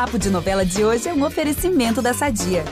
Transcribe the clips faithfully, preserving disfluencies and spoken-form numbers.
Papo de Novela de hoje é um oferecimento da Sadia.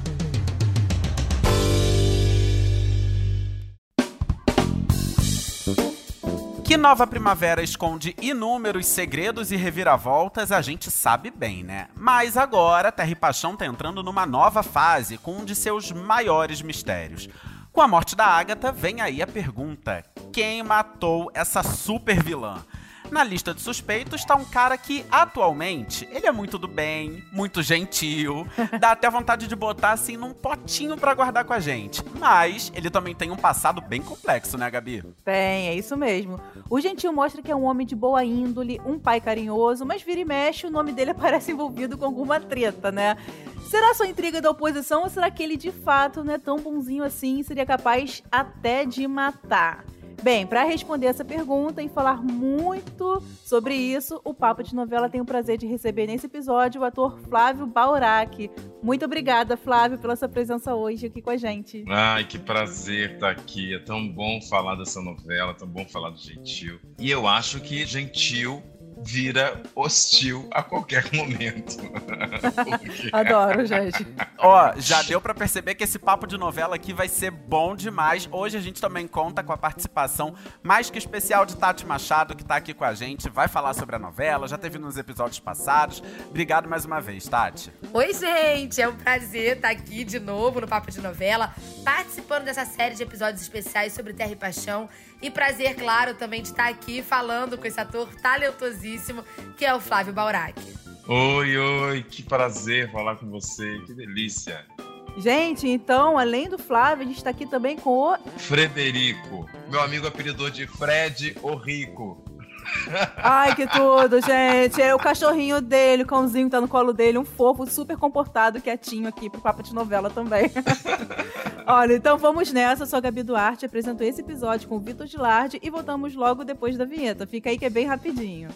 Que Nova Primavera esconde inúmeros segredos e reviravoltas, a gente sabe bem, né? Mas agora, Terra e Paixão tá entrando numa nova fase com um de seus maiores mistérios. Com a morte da Ágata, vem aí a pergunta: quem matou essa super vilã? Na lista de suspeitos tá um cara que, atualmente, ele é muito do bem, muito gentil, dá até vontade de botar, assim, num potinho pra guardar com a gente. Mas ele também tem um passado bem complexo, né, Gabi? Tem, é isso mesmo. O Gentil mostra que é um homem de boa índole, um pai carinhoso, mas vira e mexe, o nome dele aparece envolvido com alguma treta, né? Será só intriga da oposição ou será que ele, de fato, não é tão bonzinho assim e seria capaz até de matar? Bem, para responder essa pergunta e falar muito sobre isso, o Papo de Novela tem o prazer de receber nesse episódio o ator Flávio Baurac. Muito obrigada, Flávio, pela sua presença hoje aqui com a gente. Ai, que prazer estar aqui. É tão bom falar dessa novela, é tão bom falar do Gentil. E eu acho que Gentil vira hostil a qualquer momento. Porque... Adoro, gente. Ó, já deu pra perceber que esse papo de novela aqui vai ser bom demais. Hoje a gente também conta com a participação mais que especial de Tati Machado, que tá aqui com a gente, vai falar sobre a novela, já teve nos episódios passados. Obrigado mais uma vez, Tati. Oi, gente, é um prazer estar aqui de novo no Papo de Novela, participando dessa série de episódios especiais sobre Terra e Paixão. E prazer, claro, também de estar aqui falando com esse ator talentosíssimo, que é o Flávio Baurac. Oi, oi, que prazer falar com você, que delícia. Gente, então, além do Flávio, a gente tá aqui também com o... Frederico, meu amigo apelidou de Fred o Rico. Ai, que tudo, gente. É o cachorrinho dele, o cãozinho tá no colo dele, um fofo, super comportado, quietinho aqui pro Papo de Novela também. Olha, então vamos nessa. Eu sou a Gabi Duarte, apresentou esse episódio com o Vitor Gilardi e voltamos logo depois da vinheta. Fica aí que é bem rapidinho.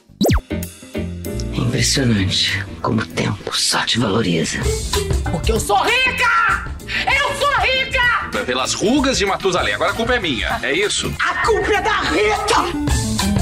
Impressionante como o tempo só te valoriza. Porque eu sou rica! Eu sou rica! Pelas rugas de Matusalém, agora a culpa é minha, é isso? A culpa é da Rita!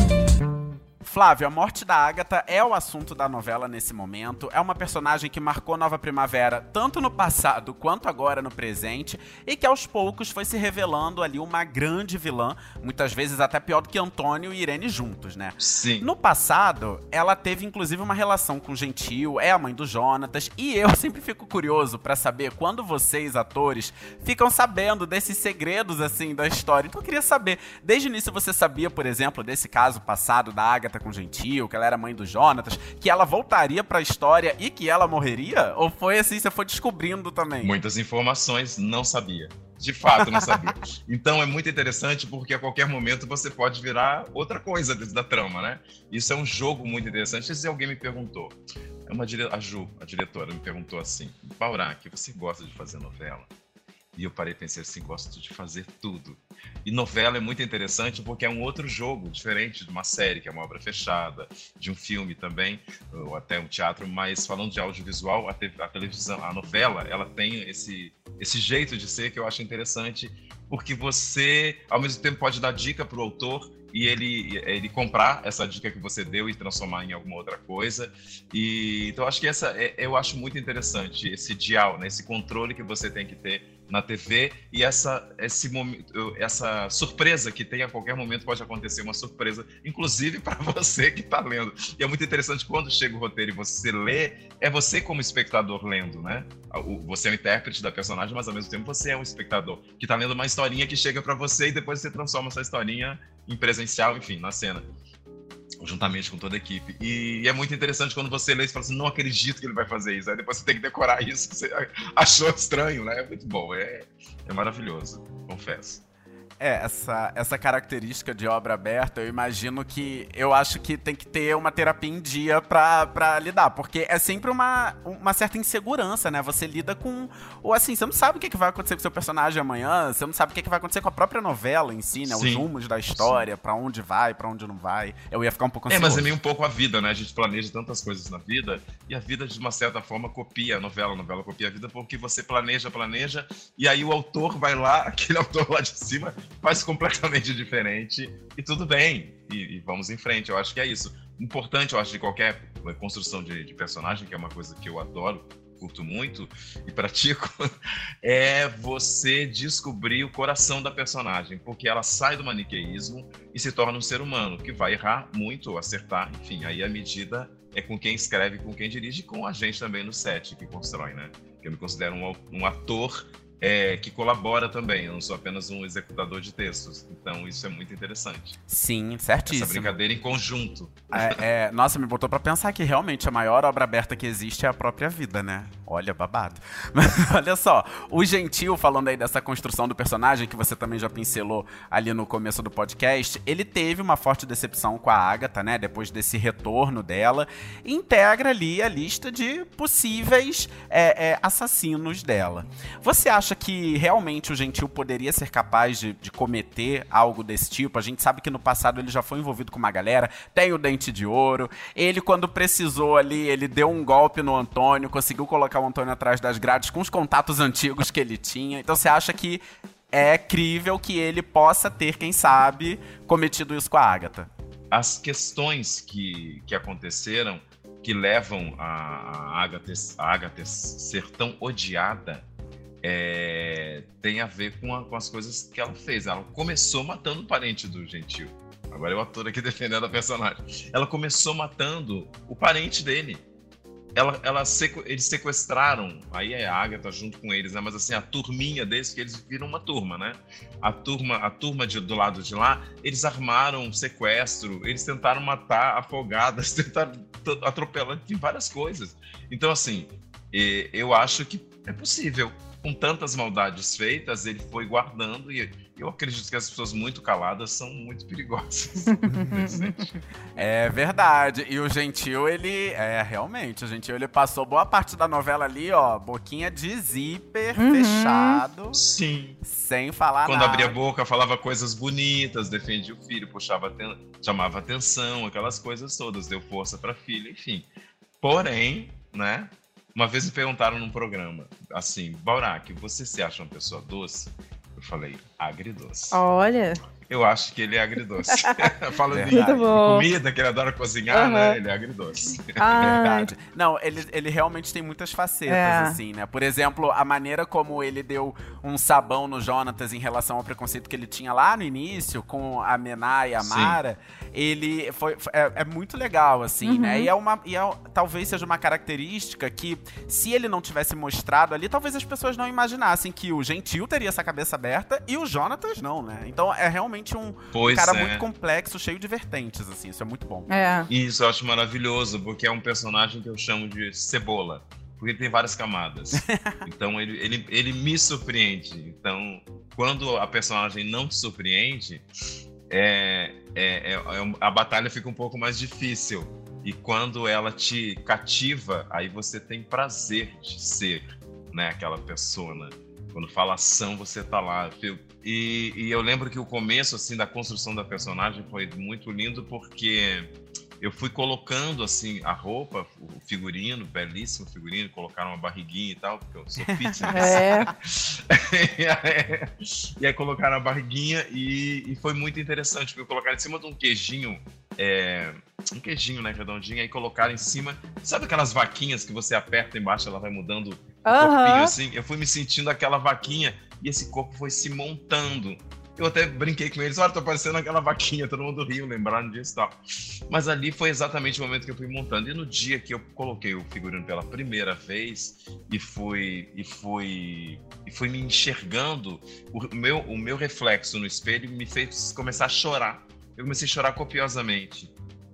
Flávio, a morte da Ágata é o assunto da novela nesse momento. É uma personagem que marcou Nova Primavera tanto no passado quanto agora no presente e que aos poucos foi se revelando ali uma grande vilã, muitas vezes até pior do que Antônio e Irene juntos, né? Sim. No passado, ela teve inclusive uma relação com o Gentil, é a mãe do Jonatas, e eu sempre fico curioso pra saber quando vocês, atores, ficam sabendo desses segredos assim da história. Então eu queria saber, desde o início você sabia, por exemplo, desse caso passado da Ágata com Gentil, que ela era mãe do Jonatas, que ela voltaria pra história e que ela morreria? Ou foi assim, você foi descobrindo também? Muitas informações, não sabia. De fato, não sabia. Então é muito interessante porque a qualquer momento você pode virar outra coisa dentro da trama, né? Isso é um jogo muito interessante. Se alguém me perguntou, é uma dire... a Ju, a diretora, me perguntou assim: Baurac, você gosta de fazer novela? E eu parei e pensei assim, gosto de fazer tudo. E novela é muito interessante porque é um outro jogo, diferente de uma série, que é uma obra fechada, de um filme também, ou até um teatro, mas falando de audiovisual, a, te- a televisão, a novela, ela tem esse, esse jeito de ser que eu acho interessante, porque você, ao mesmo tempo, pode dar dica para o autor e ele, ele comprar essa dica que você deu e transformar em alguma outra coisa. E, então, acho que essa, é, eu acho muito interessante esse dial, né, esse controle que você tem que ter na T V e essa, esse momento, essa surpresa que tem a qualquer momento, pode acontecer uma surpresa, inclusive para você que está lendo. E é muito interessante quando chega o roteiro e você lê, é você como espectador lendo, né? Você é o intérprete da personagem, mas ao mesmo tempo você é um espectador que está lendo uma historinha que chega para você e depois você transforma essa historinha em presencial, enfim, na cena, juntamente com toda a equipe. E é muito interessante quando você lê e fala assim, não acredito que ele vai fazer isso. Aí depois você tem que decorar isso que você achou estranho, né? É muito bom, é, é maravilhoso, confesso. É, essa, essa característica de obra aberta, eu imagino que, eu acho que tem que ter uma terapia em dia pra, pra lidar, porque é sempre uma, uma certa insegurança, né? Você lida com, ou assim, você não sabe o que, que vai acontecer com o seu personagem amanhã, você não sabe o que, que vai acontecer com a própria novela em si, né? Sim. Os rumos da história, sim, pra onde vai, pra onde não vai. Eu ia ficar um pouco ansioso. É, mas é meio um pouco a vida, né? A gente planeja tantas coisas na vida, e a vida, de uma certa forma, copia a novela, a novela copia a vida, porque você planeja, planeja, e aí o autor vai lá, aquele autor lá de cima, faz completamente diferente e tudo bem, e, e vamos em frente. Eu acho que é isso. Importante, eu acho, de qualquer a construção de, de personagem, que é uma coisa que eu adoro, curto muito e pratico, é você descobrir o coração da personagem, porque ela sai do maniqueísmo e se torna um ser humano, que vai errar muito, acertar, enfim, aí a medida é com quem escreve, com quem dirige, e com a gente também no set que constrói, né? Eu me considero um, um ator É, que colabora também, eu não sou apenas um executador de textos, então isso é muito interessante. Sim, certíssimo. Essa brincadeira em conjunto. É, é, nossa, me botou pra pensar que realmente a maior obra aberta que existe é a própria vida, né? Olha, babado. Mas olha só, o Gentil, falando aí dessa construção do personagem, que você também já pincelou ali no começo do podcast, ele teve uma forte decepção com a Agatha, né? Depois desse retorno dela, e integra ali a lista de possíveis é, é, assassinos dela. Você acha que realmente o Gentil poderia ser capaz de, de cometer algo desse tipo? A gente sabe que no passado ele já foi envolvido com uma galera, tem o Dente de Ouro, ele quando precisou ali, ele deu um golpe no Antônio, conseguiu colocar o Antônio atrás das grades com os contatos antigos que ele tinha. Então você acha que é crível que ele possa ter, quem sabe, cometido isso com a Agatha? As questões que, que aconteceram, que levam a, a, Agatha, a Agatha ser tão odiada, É, tem a ver com, a, com as coisas que ela fez. Ela começou matando o parente do Gentil. Agora é o ator aqui defendendo a personagem. Ela começou matando o parente dele. Ela, ela sequ, eles sequestraram, aí é a Agatha junto com eles, né? Mas assim, a turminha deles, que eles viram uma turma, né? A turma, a turma de, do lado de lá, eles armaram um sequestro, eles tentaram matar afogadas, tentaram atropelar, tem várias coisas. Então assim, eu acho que é possível. Com tantas maldades feitas, ele foi guardando, e eu acredito que as pessoas muito caladas são muito perigosas. É verdade. E o Gentil, ele... É, realmente, o Gentil, ele passou boa parte da novela ali, ó, boquinha de zíper, uhum. fechado. Sim. Sem falar Quando nada. abria a boca, falava coisas bonitas, defendia o filho, puxava, chamava atenção, aquelas coisas todas, deu força pra filha, enfim. Porém, né... Uma vez me perguntaram num programa, assim, Baurak, você se acha uma pessoa doce? Eu falei, agridoce. Olha. Eu acho que ele é agridoce. Fala de, Muito de bom. comida, que ele adora cozinhar, uhum. né? Ele é agridoce. Ah. Verdade. Não, ele, ele realmente tem muitas facetas, é. assim, né? Por exemplo, a maneira como ele deu um sabão no Jonatas em relação ao preconceito que ele tinha lá no início, com a Mená e a Mara, Sim. ele foi, é, é muito legal, assim, uhum. né? E, é uma, e é, talvez seja uma característica que, se ele não tivesse mostrado ali, talvez as pessoas não imaginassem que o Gentil teria essa cabeça aberta e o Jonatas não, né? Então é realmente um, um cara é. muito complexo, cheio de vertentes, assim, isso é muito bom. É. Isso eu acho maravilhoso, porque é um personagem que eu chamo de cebola, porque ele tem várias camadas. Então ele, ele, ele me surpreende. Então, quando a personagem não te surpreende, é, é, é, a batalha fica um pouco mais difícil. E quando ela te cativa, aí você tem prazer de ser, né, aquela persona. Quando fala ação, você tá lá. E, e eu lembro que o começo, assim, da construção da personagem foi muito lindo, porque eu fui colocando, assim, a roupa, o figurino, belíssimo figurino, colocaram uma barriguinha e tal, porque eu sou fitness. É. e, aí, e aí colocaram a barriguinha e, e foi muito interessante, porque colocaram em cima de um queijinho, é, um queijinho, né, redondinho, aí colocaram em cima, sabe aquelas vaquinhas que você aperta embaixo, ela vai mudando o uhum. corpinho, assim? Eu fui me sentindo aquela vaquinha e esse corpo foi se montando. Eu até brinquei com eles, olha, tô parecendo aquela vaquinha, todo mundo riu, lembraram disso e tal. Mas ali foi exatamente o momento que eu fui montando. E no dia que eu coloquei o figurino pela primeira vez e fui, e fui, e fui me enxergando, o meu, o meu reflexo no espelho me fez começar a chorar. Eu comecei a chorar copiosamente.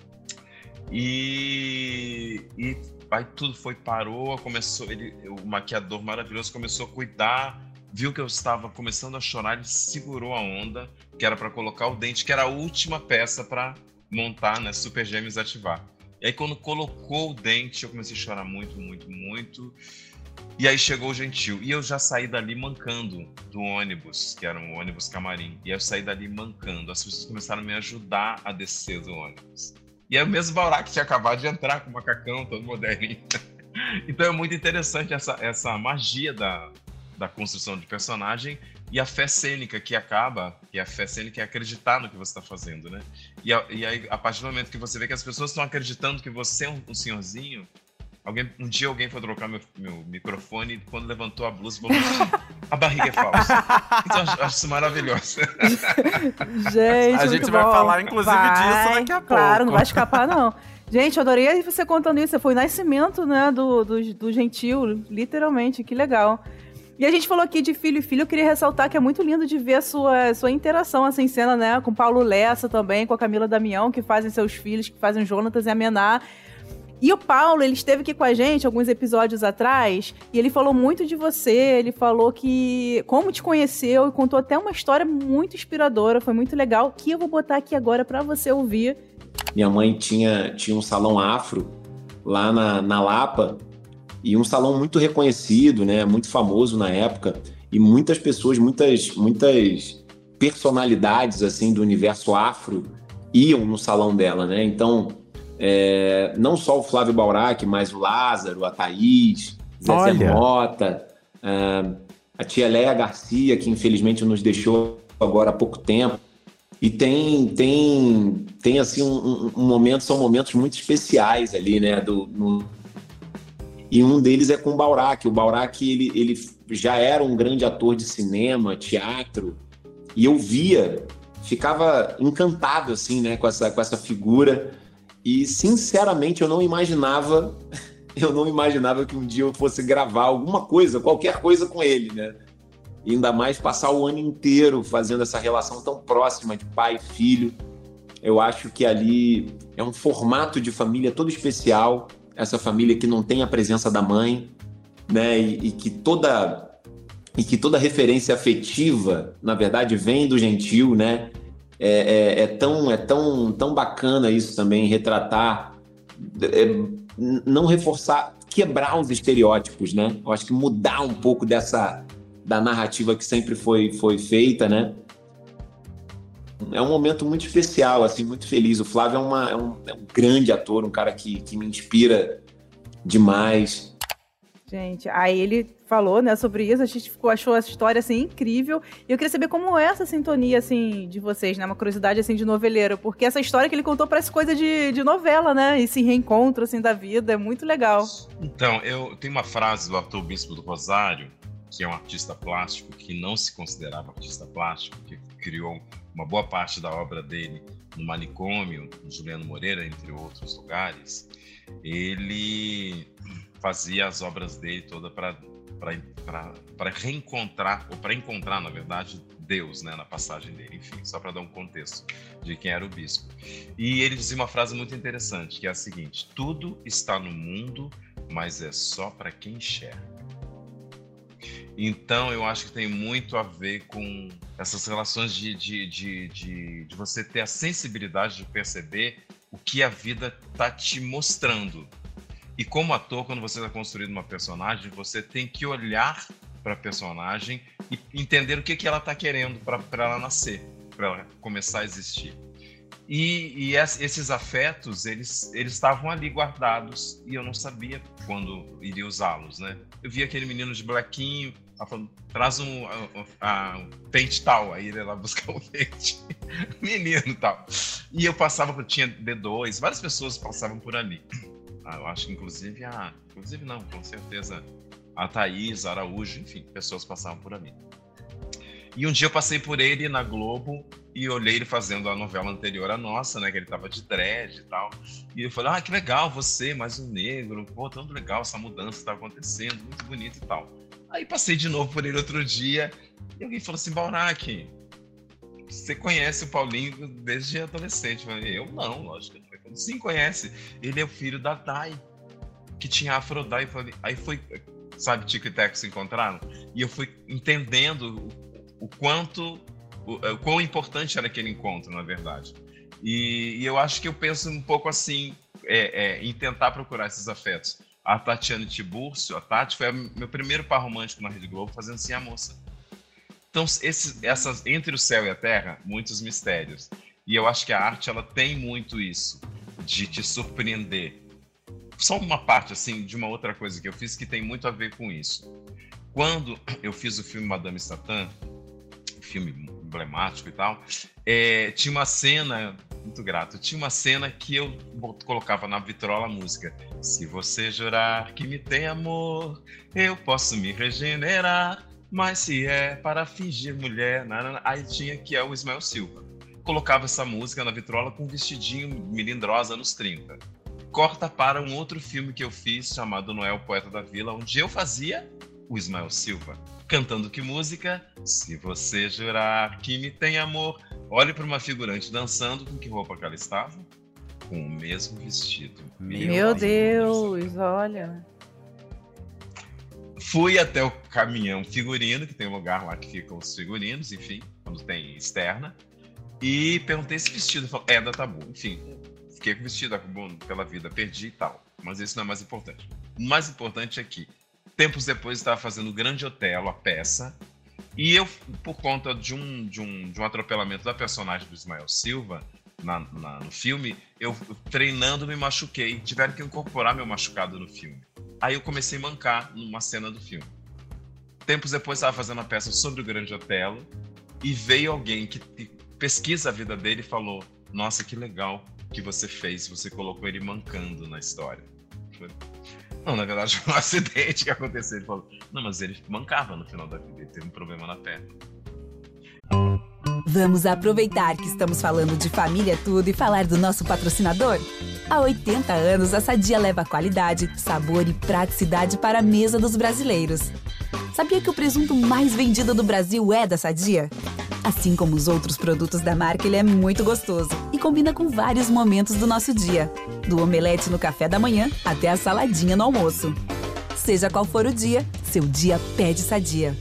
E, e aí tudo foi, parou, começou, ele, o maquiador maravilhoso começou a cuidar, viu que eu estava começando a chorar, ele segurou a onda, que era para colocar o dente, que era a última peça para montar, né, Super Gêmeos ativar. E aí quando colocou o dente, eu comecei a chorar muito, muito, muito. E aí chegou o Gentil. E eu já saí dali mancando do ônibus, que era um ônibus camarim. E eu saí dali mancando. As pessoas começaram a me ajudar a descer do ônibus. E aí o mesmo Baurak tinha acabado de entrar com o macacão todo moderninho. Então é muito interessante essa, essa magia da... da construção de personagem, e a fé cênica que acaba, que a fé cênica é acreditar no que você está fazendo, né? E, a, e aí, a partir do momento que você vê que as pessoas estão acreditando que você é um, um senhorzinho, alguém, um dia alguém foi trocar meu, meu microfone e quando levantou a blusa, falou, a barriga é falsa. Então, acho, acho isso maravilhoso. Gente, a gente vai bom. falar, inclusive, vai, disso daqui a pouco. Claro, não vai escapar, não. Gente, eu adorei você contando isso. Foi o nascimento, né, do, do, do Gentil, literalmente. Que legal. E a gente falou aqui de filho e filho. Eu queria ressaltar que é muito lindo de ver a sua, sua interação assim, em cena, né? Com Paulo Lessa também, com a Camila Damião, que fazem seus filhos, que fazem Jonatas e a Mená. E o Paulo, ele esteve aqui com a gente alguns episódios atrás, e ele falou muito de você, ele falou que como te conheceu, e contou até uma história muito inspiradora, foi muito legal, que eu vou botar aqui agora pra você ouvir. Minha mãe tinha, tinha um salão afro lá na, na Lapa, e um salão muito reconhecido, né, muito famoso na época, e muitas pessoas, muitas, muitas personalidades assim, do universo afro iam no salão dela, né? Então, é, não só o Flávio Baurac, mas o Lázaro, a Thaís, Zezé Mota, a, a tia Léa Garcia, que infelizmente nos deixou agora há pouco tempo. E tem, tem, tem assim, um, um momento, são momentos muito especiais ali, né? Do, no... E um deles é com o Baurac. O Baurac, ele, ele já era um grande ator de cinema, teatro, e eu via, ficava encantado, assim, né? Com essa, com essa figura. E, sinceramente, eu não imaginava, eu não imaginava que um dia eu fosse gravar alguma coisa, qualquer coisa com ele, né? E ainda mais passar o ano inteiro fazendo essa relação tão próxima de pai e filho. Eu acho que ali é um formato de família todo especial, essa família que não tem a presença da mãe, né? E, e que toda e que toda referência afetiva, na verdade, vem do Gentil, né? É, é, é, tão, é tão, tão bacana isso também, retratar, é, não reforçar, quebrar os estereótipos, né? Eu acho que mudar um pouco dessa, da narrativa que sempre foi, foi feita, né? É um momento muito especial, assim, muito feliz. O Flávio é, uma, é, um, é um grande ator, um cara que, que me inspira demais. Gente, aí ele falou, né, sobre isso, a gente ficou, achou essa história, assim, incrível, e eu queria saber como é essa sintonia, assim, de vocês, né, uma curiosidade, assim, de noveleiro, porque essa história que ele contou parece coisa de, de novela, né, esse reencontro, assim, da vida, é muito legal. Então, eu tenho uma frase do Arthur Bispo do Rosário, que é um artista plástico, que não se considerava artista plástico, que criou uma boa parte da obra dele no Manicômio, no Juliano Moreira, entre outros lugares. Ele fazia as obras dele toda para para reencontrar, ou para encontrar, na verdade, Deus, né, na passagem dele. Enfim, só para dar um contexto de quem era o bispo. E ele dizia uma frase muito interessante, que é a seguinte: tudo está no mundo, mas é só para quem enxerga. Então, eu acho que tem muito a ver com essas relações de, de, de, de, de você ter a sensibilidade de perceber o que a vida está te mostrando. E como ator, quando você está construindo uma personagem, você tem que olhar para a personagem e entender o que, que ela está querendo para ela nascer, para ela começar a existir. E, e esses afetos, eles eles estavam ali guardados e eu não sabia quando iria usá-los, né? Eu vi aquele menino de blequinho, falando, traz um, a, um pente tal, aí ele ia lá buscar o pente, menino tal. E eu passava, tinha D dois, várias pessoas passavam por ali. Eu acho que inclusive a... Inclusive não, com certeza a Thaís, a Araújo, enfim, pessoas passavam por ali. E um dia eu passei por ele na Globo e olhei ele fazendo a novela anterior à nossa, né, que ele tava de dread e tal. E eu falei, ah, que legal você, mais um negro, pô, tão legal essa mudança que tá acontecendo, muito bonito e tal. Aí passei de novo por ele outro dia e alguém falou assim, Baurac, você conhece o Paulinho desde adolescente? Eu falei, eu não, lógico. Sim, conhece. Ele é o filho da Dai, que tinha Afrodai. Aí foi, sabe, Tico e Teco se encontraram. E eu fui entendendo o, o quanto, o, o quão importante era aquele encontro, na verdade. E, e eu acho que eu penso um pouco assim, é, é, em tentar procurar esses afetos. A Tatiana Tiburcio, a Tati, foi a, meu primeiro par romântico na Rede Globo, fazendo Sim a Moça. Então, esses, essas, entre o céu e a terra, muitos mistérios. E eu acho que a arte, ela tem muito isso, de te surpreender. Só uma parte, assim, de uma outra coisa que eu fiz que tem muito a ver com isso. Quando eu fiz o filme Madame Satã, filme emblemático e tal, é, tinha uma cena, muito grato, tinha uma cena que eu colocava na vitrola a música. Se você jurar que me tem amor, eu posso me regenerar, mas se é para fingir mulher, nanana, aí tinha que é o Ismael Silva. Colocava essa música na vitrola com um vestidinho melindrosa nos trinta. Corta para um outro filme que eu fiz, chamado Noel, Poeta da Vila, onde eu fazia o Ismael Silva. Cantando que música? Se você jurar que me tem amor. Olhe para uma figurante dançando, com que roupa que ela estava? Com o mesmo vestido. Meu, Meu Deus, Deus, olha. Fui até o caminhão figurino, que tem um lugar lá que ficam os figurinos, enfim, quando tem externa. E perguntei esse vestido. Falei, é da Tabu. Enfim, fiquei com o vestido, acabou pela vida, perdi e tal. Mas isso não é mais importante. O mais importante é que tempos depois, eu estava fazendo o Grande Otelo, a peça, e eu, por conta de um, de um, de um atropelamento da personagem do Ismael Silva, na, na, no filme, eu treinando me machuquei, tiveram que incorporar meu machucado no filme. Aí eu comecei a mancar numa cena do filme. Tempos depois, eu estava fazendo a peça sobre o Grande Otelo, e veio alguém que, que pesquisa a vida dele e falou, nossa, que legal que você fez, você colocou ele mancando na história. Foi... Não, na verdade foi um acidente que aconteceu. Ele falou, não, mas ele mancava no final da vida, ele teve um problema na perna. Vamos aproveitar que estamos falando de família tudo e falar do nosso patrocinador? Há oitenta anos, a Sadia leva qualidade, sabor e praticidade para a mesa dos brasileiros. Sabia que o presunto mais vendido do Brasil é da Sadia? Assim como os outros produtos da marca, ele é muito gostoso e combina com vários momentos do nosso dia. Do omelete no café da manhã até a saladinha no almoço. Seja qual for o dia, seu dia pede Sadia.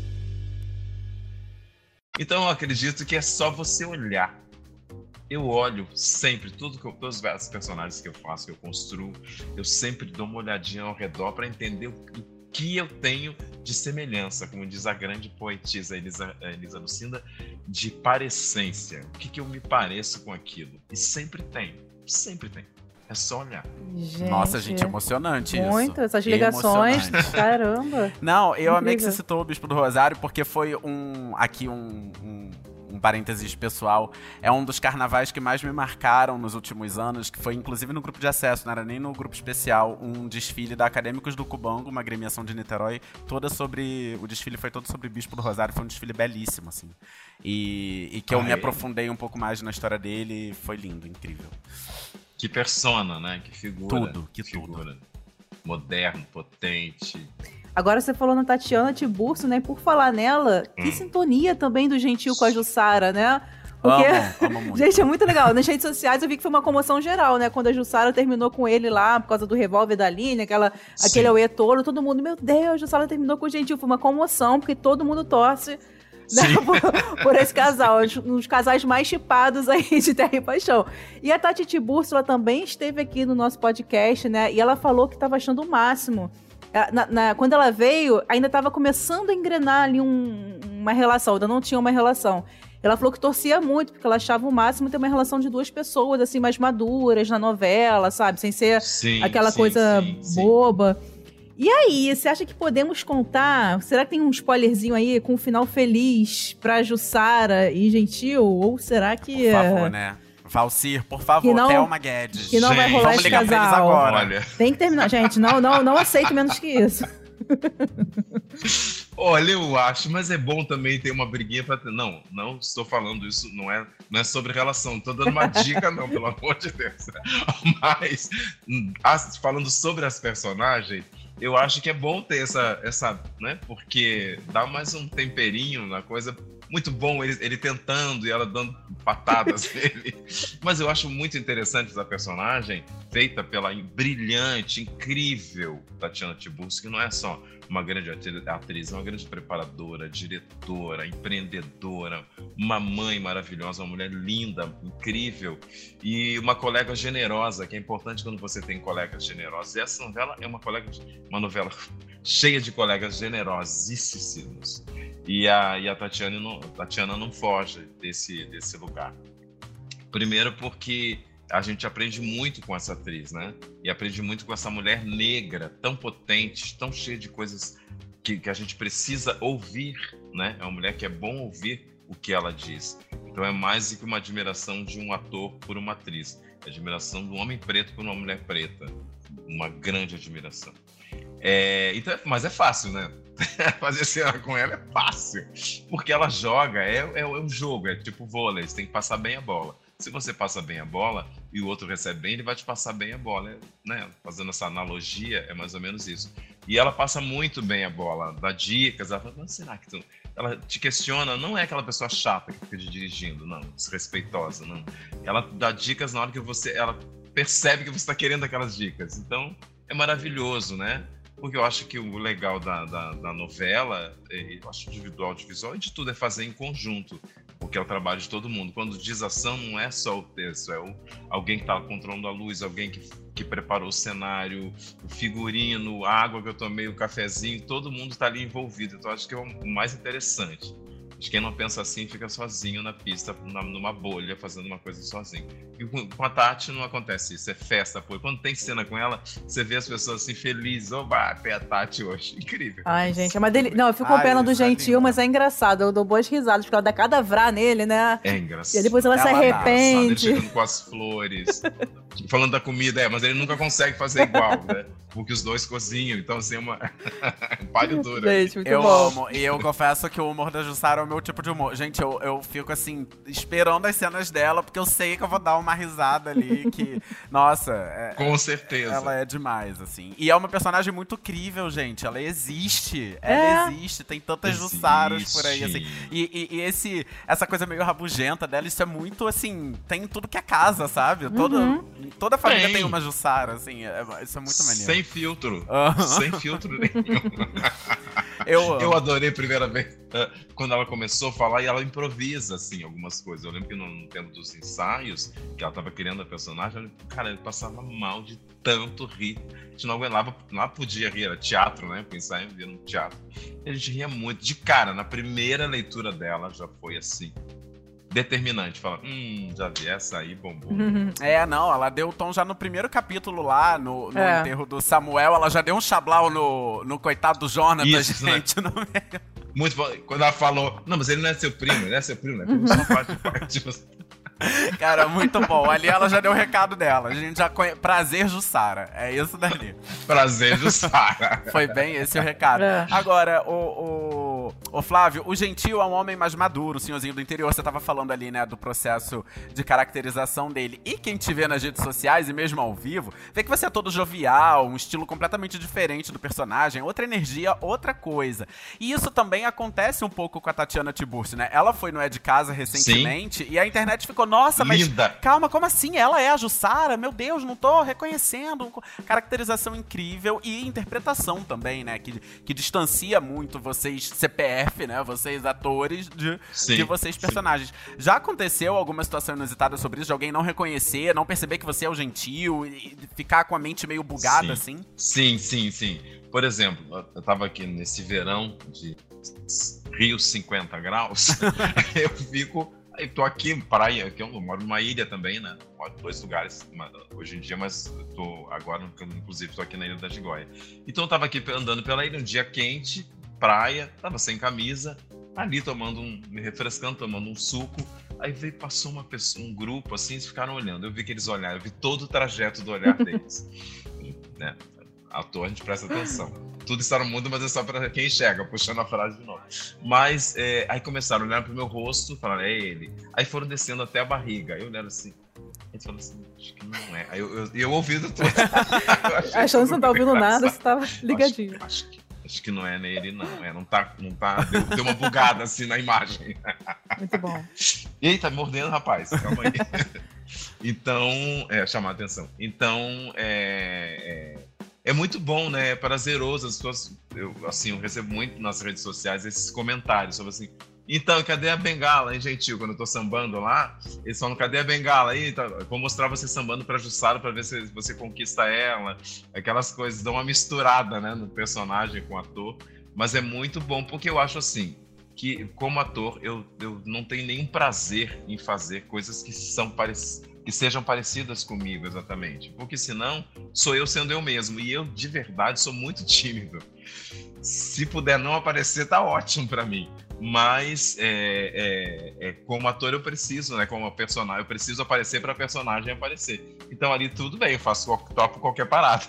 Então eu acredito que é só você olhar. Eu olho sempre, tudo que eu, todos os personagens que eu faço, que eu construo, eu sempre dou uma olhadinha ao redor para entender o que eu tenho de semelhança, como diz a grande poetisa Elisa, Elisa Lucinda, de parecência. O que, que eu me pareço com aquilo? E sempre tem, sempre tem. É só olhar. Gente, Nossa, gente, emocionante muito, isso. Muito, essas ligações, caramba. Não, eu amei que você citou o Bispo do Rosário, porque foi um, aqui um, um, um parênteses pessoal, é um dos carnavais que mais me marcaram nos últimos anos, que foi inclusive no grupo de acesso, não era nem no grupo especial, um desfile da Acadêmicos do Cubango, uma agremiação de Niterói, toda sobre, o desfile foi todo sobre o Bispo do Rosário, foi um desfile belíssimo, assim. E, e que eu Ai. me aprofundei um pouco mais na história dele, foi lindo, incrível. Que persona, né? Que figura. Tudo, que figura. tudo. Moderno, potente. Agora você falou na Tatiana Tiburcio, né? Por falar nela, hum. que sintonia também do Gentil com a Jussara, né? Porque, amo, amo muito. Gente, é muito legal. Nas redes sociais eu vi que foi uma comoção geral, né? Quando a Jussara terminou com ele lá, por causa do revólver da Aline, aquela, aquele auê tolo, todo mundo, meu Deus, a Jussara terminou com o Gentil. Foi uma comoção, porque todo mundo torce... Né, por, por esse casal, um dos casais mais chipados aí de Terra e Paixão. E a Tati Tiburcio, ela também esteve aqui no nosso podcast, né? E ela falou que estava achando o máximo. Na, na, quando ela veio, ainda estava começando a engrenar ali um, uma relação, ainda não tinha uma relação. Ela falou que torcia muito, porque ela achava o máximo ter uma relação de duas pessoas, assim, mais maduras na novela, sabe? Sem ser sim, aquela sim, coisa sim, boba. Sim. E aí, você acha que podemos contar? Será que tem um spoilerzinho aí com um final feliz pra Jussara e Gentil? Ou será que... Por favor, né? Valcir, por favor, não, Thelma Guedes. Que não gente, vai rolar vamos esse ligar casal. pra eles agora. Olha. Tem que terminar. Gente, não, não, não aceito menos que isso. Olha, eu acho, mas é bom também ter uma briguinha pra ter... Não, não estou falando isso, não é, não é sobre relação. Não tô dando uma dica, não, pelo amor de Deus. Mas, falando sobre as personagens... Eu acho que é bom ter essa, essa, né? Porque dá mais um temperinho na coisa. Muito bom ele, ele tentando e ela dando patadas nele. Mas eu acho muito interessante essa personagem, feita pela brilhante, incrível Tatiana Tiburcio, que não é só uma grande atriz, é uma grande preparadora, diretora, empreendedora, uma mãe maravilhosa, uma mulher linda, incrível e uma colega generosa, que é importante quando você tem colegas generosos. E essa novela é uma, colega, uma novela cheia de colegas generosíssimos. E a, e a Tatiana, não, a Tatiana não foge desse, desse lugar. Primeiro porque a gente aprende muito com essa atriz, né? E aprende muito com essa mulher negra, tão potente, tão cheia de coisas que, que a gente precisa ouvir, né? É uma mulher que é bom ouvir o que ela diz. Então é mais do que uma admiração de um ator por uma atriz. É admiração de um homem preto por uma mulher preta. Uma grande admiração. É, então, mas é fácil, né? Fazer cena com ela é fácil. Porque ela joga, é, é, é um jogo, é tipo vôlei, você tem que passar bem a bola. Se você passa bem a bola e o outro recebe bem, ele vai te passar bem a bola. Né? Fazendo essa analogia, é mais ou menos isso. E ela passa muito bem a bola, dá dicas, ela fala, será que tu... Ela te questiona, não é aquela pessoa chata que fica dirigindo, não, desrespeitosa, não. Ela dá dicas na hora que você... Ela percebe que você está querendo aquelas dicas. Então, é maravilhoso, né? Porque eu acho que o legal da, da, da novela, eu acho do audiovisual e de tudo, é fazer em conjunto. Porque é o trabalho de todo mundo. Quando diz ação, não é só o texto, é o, alguém que está controlando a luz, alguém que, que preparou o cenário, o figurino, a água que eu tomei, o cafezinho, todo mundo está ali envolvido. Então, acho que é o mais interessante. Acho que quem não pensa assim fica sozinho na pista, na, numa bolha, fazendo uma coisa sozinho. E com, com a Tati não acontece isso, é festa, pô. Quando tem cena com ela, você vê as pessoas assim felizes. Oba, tem a Tati hoje. Incrível. Ai, gente, é uma delícia. Não, eu fico com pena do Gentil, mas é engraçado. Eu dou boas risadas, porque ela dá cada vrá nele, né? É engraçado. E depois ela, ela se arrepende. Ele chegando com as flores. Falando da comida, é, mas ele nunca consegue fazer igual, né? Porque os dois cozinham, então assim, é uma palha dura. Gente, muito eu bom. amo, e eu confesso que o humor da Jussara é o meu tipo de humor. Gente, eu, eu fico assim, esperando as cenas dela, porque eu sei que eu vou dar uma risada ali, que, nossa... É, com certeza. Ela é demais, assim. E é uma personagem muito crível, gente, ela existe, É. ela existe, tem tantas Existe. Jussaras por aí, assim. E, e, e esse, essa coisa meio rabugenta dela, isso é muito, assim, tem em tudo que é casa, sabe? Todo, Uhum. Toda família Tem. tem uma Jussara, assim, é, isso é muito maneiro. Sem filtro. Aham. Sem filtro nenhum. Eu, Eu adorei a primeira vez uh, quando ela começou a falar e ela improvisa, assim, algumas coisas. Eu lembro que no, no tempo dos ensaios, que ela tava criando a personagem, eu, cara, ele passava mal de tanto rir. A gente não aguentava, lá podia rir, era teatro, né? Porque ensaio via no teatro. E a gente ria muito. De cara, na primeira leitura dela, já foi assim, determinante. Fala, hum, já vi essa aí, bombom. É, não, ela deu o tom já no primeiro capítulo lá, no, no É. enterro do Samuel, ela já deu um chablau no, no coitado do Jonatas, Isso, né? gente. No meio. Muito bom. Quando ela falou, não, mas ele não é seu primo, ele não é seu primo, né? Primo só faz parte de você. Cara, muito bom. Ali ela já deu o recado dela. A gente já conhece. Prazer, Jussara. É isso dali. Prazer, Jussara. Foi bem esse o recado. É. Agora, o, o, o Flávio, o Gentil é um homem mais maduro, o senhorzinho do interior. Você tava falando ali, né, do processo de caracterização dele. E quem te vê nas redes sociais e mesmo ao vivo, vê que você é todo jovial, um estilo completamente diferente do personagem, outra energia, outra coisa. E isso também acontece um pouco com a Tatiana Tiburcio, né? Ela foi no É de Casa recentemente. Sim. E a internet ficou, nossa, mas linda. Calma, como assim? Ela é a Jussara? Meu Deus, não tô reconhecendo. Caracterização incrível e interpretação também, né? Que, que distancia muito vocês, C P F, né? Vocês atores, de, sim, de vocês personagens. Sim. Já aconteceu alguma situação inusitada sobre isso? De alguém não reconhecer, não perceber que você é o Gentil e ficar com a mente meio bugada, sim. assim? Sim, sim, sim. Por exemplo, eu tava aqui nesse verão de Rio cinquenta graus, eu fico... Eu tô aqui em praia, que eu moro numa ilha também, né? Moro em dois lugares hoje em dia, mas eu tô agora, inclusive, tô aqui na Ilha da Gigoia. Então eu tava aqui andando pela ilha, um dia quente, praia, tava sem camisa, ali tomando um, me refrescando, tomando um suco. Aí veio, passou uma pessoa, um grupo assim, eles ficaram olhando. Eu vi que eles olharam, eu vi todo o trajeto do olhar deles. Né? Ator, a gente presta atenção. Tudo está no mundo, mas é só para quem enxerga, puxando a frase de novo. Mas é, aí começaram a olhar pro meu rosto, falaram, é ele. Aí foram descendo até a barriga. Aí eu olhava assim, eles falaram assim, acho que não é. Aí eu, eu, eu ouvindo tudo. Achando que você não tá ouvindo nada, você tava ligadinho. Acho, acho, que, acho que não é nele, não. É, não tá, não tá, deu, deu uma bugada assim na imagem. Muito bom. Eita, mordendo, rapaz, calma aí. Então, é, chamar a atenção. Então, é... é É muito bom, né? É prazeroso. As pessoas, eu, assim, eu recebo muito nas redes sociais esses comentários sobre assim, então, cadê a bengala, hein, Gentil? Quando eu tô sambando lá, eles falam, cadê a bengala aí? Tá, vou mostrar você sambando pra Jussara pra ver se você conquista ela. Aquelas coisas, dão uma misturada, né, no personagem com o ator. Mas é muito bom, porque eu acho assim, que como ator, eu, eu não tenho nenhum prazer em fazer coisas que são parecidas, que sejam parecidas comigo, exatamente. Porque senão, sou eu sendo eu mesmo. E eu, de verdade, sou muito tímido. Se puder não aparecer, tá ótimo pra mim. Mas é, é, é, como ator eu preciso, né? Como personagem, eu preciso aparecer para a personagem aparecer. Então ali tudo bem, eu faço topo qualquer parada.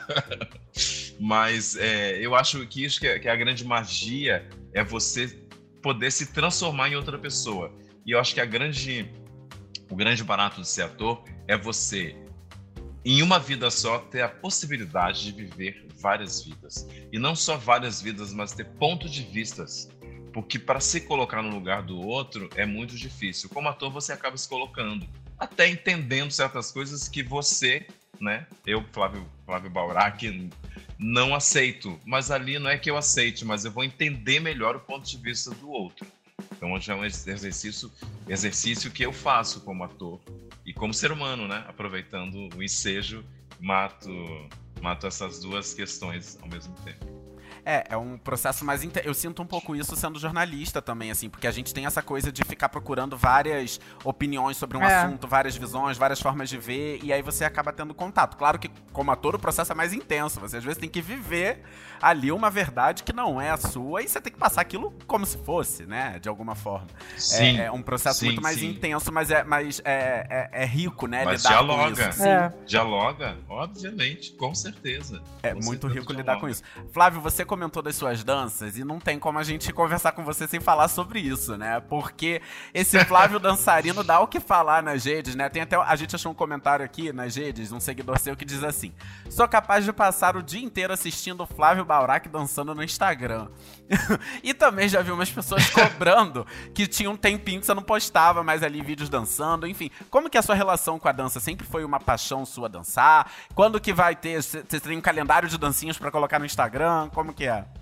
Mas é, eu acho que isso que é, que é a grande magia, é você poder se transformar em outra pessoa. E eu acho que a grande, o grande barato de ser ator é você, em uma vida só, ter a possibilidade de viver várias vidas. E não só várias vidas, mas ter pontos de vistas. Porque para se colocar no lugar do outro é muito difícil. Como ator, você acaba se colocando, até entendendo certas coisas que você, né, eu, Flávio, Flávio Baurac, não aceito. Mas ali não é que eu aceite, mas eu vou entender melhor o ponto de vista do outro. Então, já é um exercício, exercício que eu faço como ator e como ser humano, né? Aproveitando o ensejo, mato, mato essas duas questões ao mesmo tempo. É, é um processo mais... Inter... Eu sinto um pouco isso sendo jornalista também, assim, porque a gente tem essa coisa de ficar procurando várias opiniões sobre um É. assunto, várias visões, várias formas de ver, e aí você acaba tendo contato. Claro que, como ator, o processo é mais intenso. Você, às vezes, tem que viver ali uma verdade que não é a sua, e você tem que passar aquilo como se fosse, né, de alguma forma. Sim, é, é um processo sim, muito mais sim. intenso, mas é, mas é, é, é rico, né, Mas lidar dialoga. com isso. É. Dialoga, obviamente, com certeza. É Com muito certeza rico dialoga. lidar com isso. Flávio, você comentou das suas danças e não tem como a gente conversar com você sem falar sobre isso, né? Porque esse Flávio dançarino dá o que falar nas redes, né? Tem até, a gente achou um comentário aqui nas redes, um seguidor seu que diz assim: sou capaz de passar o dia inteiro assistindo o Flávio Baurac dançando no Instagram. E também já vi umas pessoas cobrando que tinha um tempinho que você não postava mais ali vídeos dançando, enfim. Como que é a sua relação com a dança? Sempre foi uma paixão sua dançar? Quando que vai ter? Você tem um calendário de dancinhas pra colocar no Instagram? Como que é?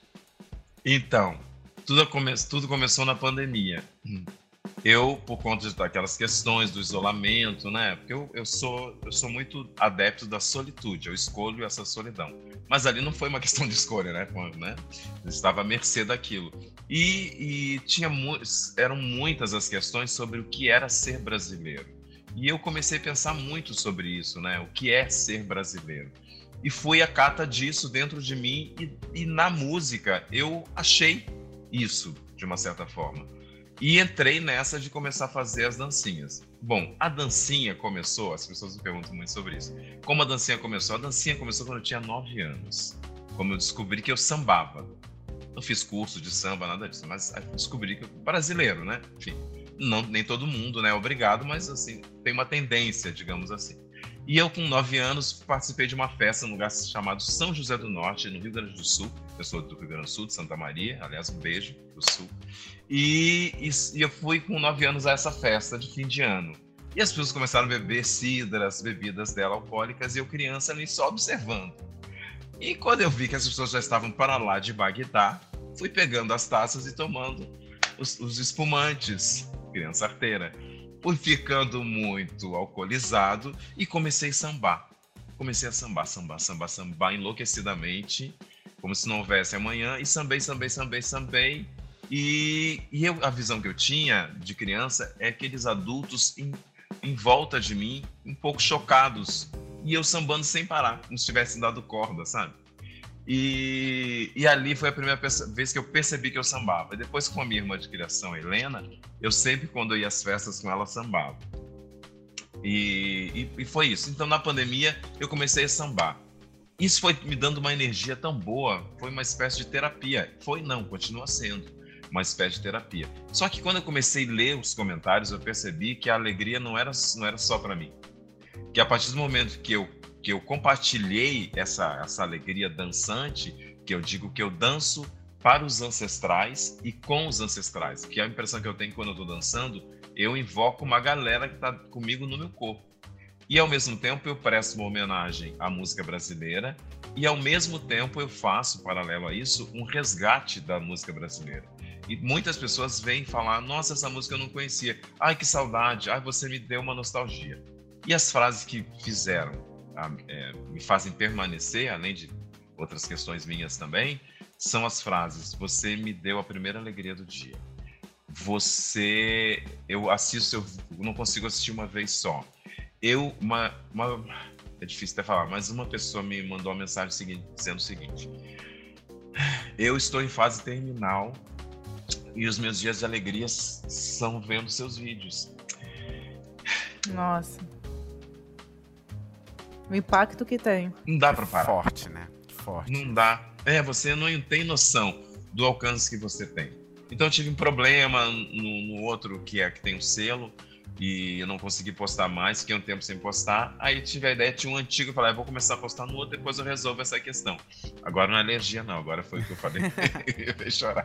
Então, tudo, come... tudo começou na pandemia. Eu, por conta daquelas questões do isolamento, né? Porque eu, eu, sou, eu sou muito adepto da solitude, eu escolho essa solidão. Mas ali não foi uma questão de escolha, né? né? Eu estava à mercê daquilo. E, e tinha mu... eram muitas as questões sobre o que era ser brasileiro. E eu comecei a pensar muito sobre isso, né? O que é ser brasileiro. E fui a cata disso dentro de mim e, e na música eu achei isso, de uma certa forma. E entrei nessa de começar a fazer as dancinhas. Bom, a dancinha começou, as pessoas me perguntam muito sobre isso. Como a dancinha começou? A dancinha começou quando eu tinha nove anos. Como eu descobri que eu sambava. Não fiz curso de samba, nada disso, mas descobri que eu brasileiro, né? Enfim, não, nem todo mundo, né? Obrigado, mas assim, tem uma tendência, digamos assim. E eu, com nove anos, participei de uma festa num lugar chamado São José do Norte, no Rio Grande do Sul. Eu sou do Rio Grande do Sul, de Santa Maria. Aliás, um beijo do Sul. E, e, e eu fui com nove anos a essa festa de fim de ano. E as pessoas começaram a beber cidras, bebidas dela alcoólicas, e eu, criança, ali só observando. E quando eu vi que as pessoas já estavam para lá de Bagdá, fui pegando as taças e tomando os, os espumantes, criança arteira. Fui ficando muito alcoolizado e comecei a sambar. Comecei a sambar, sambar, sambar, sambar enlouquecidamente, como se não houvesse amanhã, e sambei, sambei, sambei, sambei. E, e eu, a visão que eu tinha de criança é aqueles adultos em, em volta de mim, um pouco chocados, e eu sambando sem parar, como se tivessem dado corda, sabe? E, e ali foi a primeira vez que eu percebi que eu sambava. E depois, com a minha irmã de criação, Helena, eu sempre, quando eu ia às festas com ela, sambava. E, e, e foi isso. Então, na pandemia, eu comecei a sambar. Isso foi me dando uma energia tão boa, foi uma espécie de terapia. Foi não, continua sendo uma espécie de terapia. Só que quando eu comecei a ler os comentários, eu percebi que a alegria não era, não era só para mim. Que a partir do momento que eu que eu compartilhei essa, essa alegria dançante, que eu digo que eu danço para os ancestrais e com os ancestrais, que é a impressão que eu tenho quando eu estou dançando, eu invoco uma galera que está comigo no meu corpo. E ao mesmo tempo eu presto uma homenagem à música brasileira e ao mesmo tempo eu faço, paralelo a isso, um resgate da música brasileira. E muitas pessoas vêm falar, nossa, essa música eu não conhecia, ai que saudade, ai você me deu uma nostalgia. E as frases que fizeram É, me fazem permanecer, além de outras questões minhas também, são as frases: você me deu a primeira alegria do dia, você, eu assisto, eu não consigo assistir uma vez só, eu, uma, uma é difícil até falar, mas uma pessoa me mandou uma mensagem seguinte, dizendo o seguinte: eu estou em fase terminal E os meus dias de alegria são vendo seus vídeos. Nossa. O impacto que tem. Não dá pra parar. Forte, né? Forte. Não dá. É, você não tem noção do alcance que você tem. Então eu tive um problema no, no outro que é que tem um selo e eu não consegui postar mais, fiquei um tempo sem postar. Aí tive a ideia, tinha um antigo, eu falei, ah, vou começar a postar no outro, depois eu resolvo essa questão. Agora não é alergia não, agora foi o que eu falei. Eu ia chorar.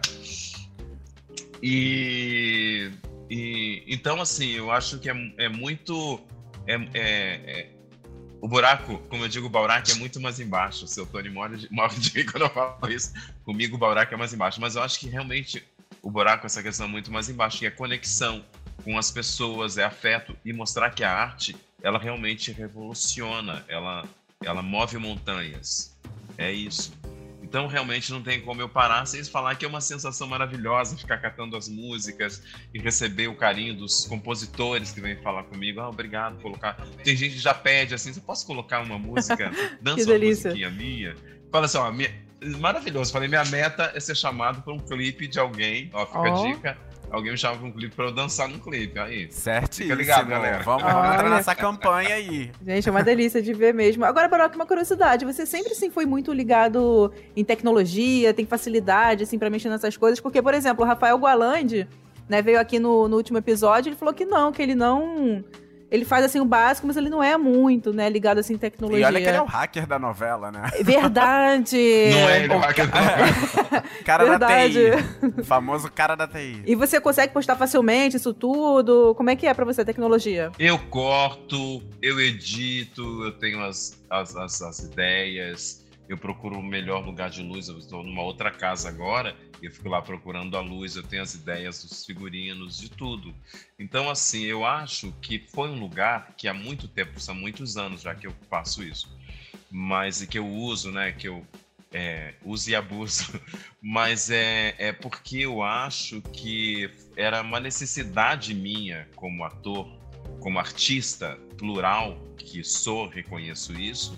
E, e então assim, eu acho que é, é muito é, é, é, o buraco, como eu digo, o Baurac é muito mais embaixo. O seu Tony morre de rir quando eu falo isso. Comigo o Baurac é mais embaixo, mas eu acho que realmente o buraco, essa questão é muito mais embaixo, que é conexão com as pessoas, é afeto, e mostrar que a arte, ela realmente revoluciona, ela, ela move montanhas, é isso. Então, realmente, não tem como eu parar sem falar que é uma sensação maravilhosa ficar catando as músicas e receber o carinho dos compositores que vêm falar comigo. Ah, obrigado por colocar. Tem gente que já pede assim, você posso colocar uma música? Dança uma musiquinha minha? Fala assim, ó, minha... maravilhoso. Falei, minha meta é ser chamado para um clipe de alguém, ó, fica oh. a dica. Alguém me chama pra um clipe pra eu dançar num clipe. Aí. Certíssimo. Fica ligado, galera. Vamos, vamos entrar nessa campanha aí. Gente, é uma delícia de ver mesmo. Agora, Baroque, uma curiosidade. Você sempre, assim, foi muito ligado em tecnologia, tem facilidade, assim, pra mexer nessas coisas? Porque, por exemplo, o Rafael Gualandi, né, veio aqui no, no último episódio, ele falou que não, que ele não... Ele faz, assim, o básico, mas ele não é muito, né, ligado, assim, em tecnologia. E olha que ele é o hacker da novela, né? Verdade! Não é ele o hacker da novela. Cara Verdade. da T I. O famoso cara da T I. E você consegue postar facilmente isso tudo? Como é que é pra você a tecnologia? Eu corto, eu edito, eu tenho as, as, as, as ideias, eu procuro o melhor lugar de luz. Eu estou numa outra casa agora, eu fico lá procurando a luz, eu tenho as ideias dos figurinos, de tudo. Então, assim, eu acho que foi um lugar que há muito tempo, são muitos anos já que eu faço isso, mas e que eu uso, né, que eu é, uso e abuso, mas é, é porque eu acho que era uma necessidade minha como ator, como artista plural, que sou, reconheço isso,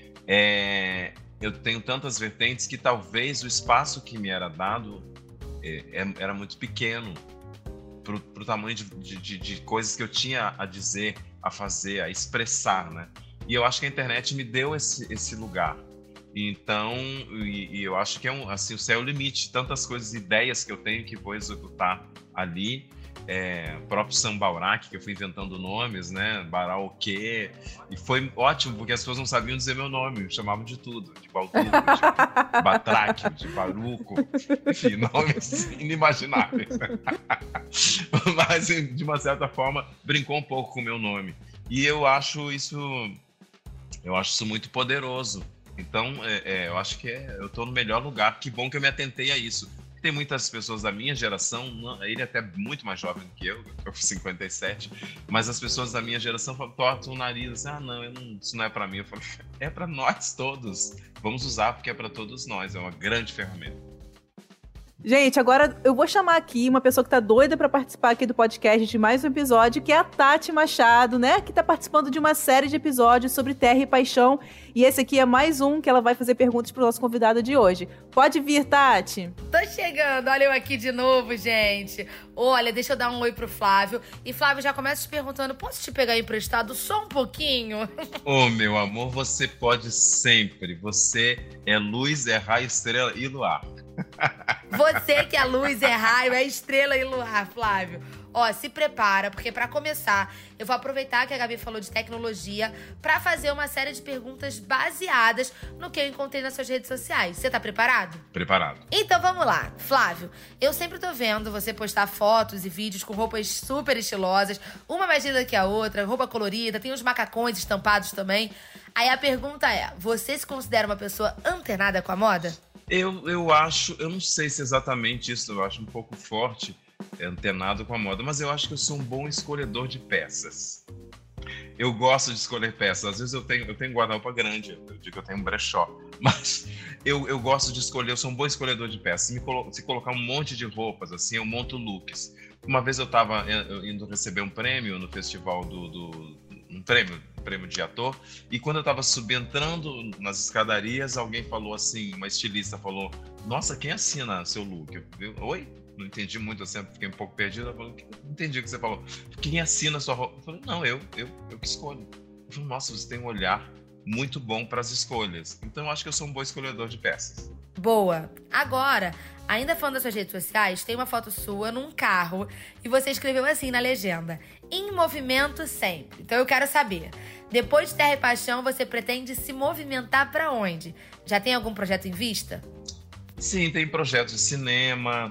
é... eu tenho tantas vertentes que talvez o espaço que me era dado é, é, era muito pequeno pro, pro tamanho de, de, de coisas que eu tinha a dizer, a fazer, a expressar, né? E eu acho que a internet me deu esse, esse lugar. Então, e, e eu acho que é um, assim, o céu é o limite. Tantas coisas, ideias que eu tenho que vou executar ali. É, o próprio Sam Baurac, que eu fui inventando nomes, né? Baraokê. E foi ótimo, porque as pessoas não sabiam dizer meu nome, me chamavam de tudo. De Balduco, de Batraque, de Baruco. Enfim, nomes inimagináveis. Mas, de uma certa forma, brincou um pouco com o meu nome. E eu acho isso, eu acho isso muito poderoso. Então, é, é, eu acho que é, eu estou no melhor lugar. Que bom que eu me atentei a isso. Tem muitas pessoas da minha geração, ele é até muito mais jovem do que eu, eu tô com cinquenta e sete, mas as pessoas da minha geração torcem o nariz, assim, ah, não, eu não, isso não é pra mim. Eu falo, é pra nós todos. Vamos usar porque é pra todos nós, é uma grande ferramenta. Gente, agora eu vou chamar aqui uma pessoa que tá doida pra participar aqui do podcast de mais um episódio, que é a Tati Machado, né? Que tá participando de uma série de episódios sobre Terra e Paixão. E esse aqui é mais um que ela vai fazer perguntas pro nosso convidado de hoje. Pode vir, Tati. Tô chegando, olha eu aqui de novo, gente. Olha, deixa eu dar um oi pro Flávio. E Flávio, já começa te perguntando, posso te pegar emprestado só um pouquinho? Ô, oh, meu amor, você pode sempre. Você é luz, é raio, estrela e luar. Você que é luz, é raio, é estrela e luar, Flávio. Ó, se prepara, porque pra começar, eu vou aproveitar que a Gabi falou de tecnologia pra fazer uma série de perguntas baseadas no que eu encontrei nas suas redes sociais. Você tá preparado? Preparado. Então vamos lá. Flávio, eu sempre tô vendo você postar fotos e vídeos com roupas super estilosas, uma mais linda que a outra, roupa colorida, tem uns macacões estampados também. Aí a pergunta é, você se considera uma pessoa antenada com a moda? Eu, eu acho, eu não sei se é exatamente isso, eu acho um pouco forte, é, antenado com a moda, mas eu acho que eu sou um bom escolhedor de peças. Eu gosto de escolher peças, às vezes eu tenho, eu tenho guarda-roupa grande, eu digo que eu tenho um brechó, mas eu, eu gosto de escolher, eu sou um bom escolhedor de peças. Se, me colo- se colocar um monte de roupas, assim, eu monto looks. Uma vez eu estava indo receber um prêmio no festival do... do um prêmio, um prêmio de ator, e quando eu tava subindo, entrando nas escadarias, alguém falou assim, uma estilista falou, nossa, quem assina seu look? Eu, Oi? não entendi muito, eu sempre fiquei um pouco perdido. Ela falou, não entendi o que você falou. Quem assina a sua roupa? Eu falei, não, eu, eu, eu que escolho. Eu falei, nossa, você tem um olhar muito bom para as escolhas. Então eu acho que eu sou um bom escolhedor de peças. Boa. Agora, ainda falando das suas redes sociais, tem uma foto sua num carro e você escreveu assim na legenda: em movimento sempre. Então eu quero saber, depois de Terra e Paixão, você pretende se movimentar para onde? Já tem algum projeto em vista? Sim, tem projeto de cinema,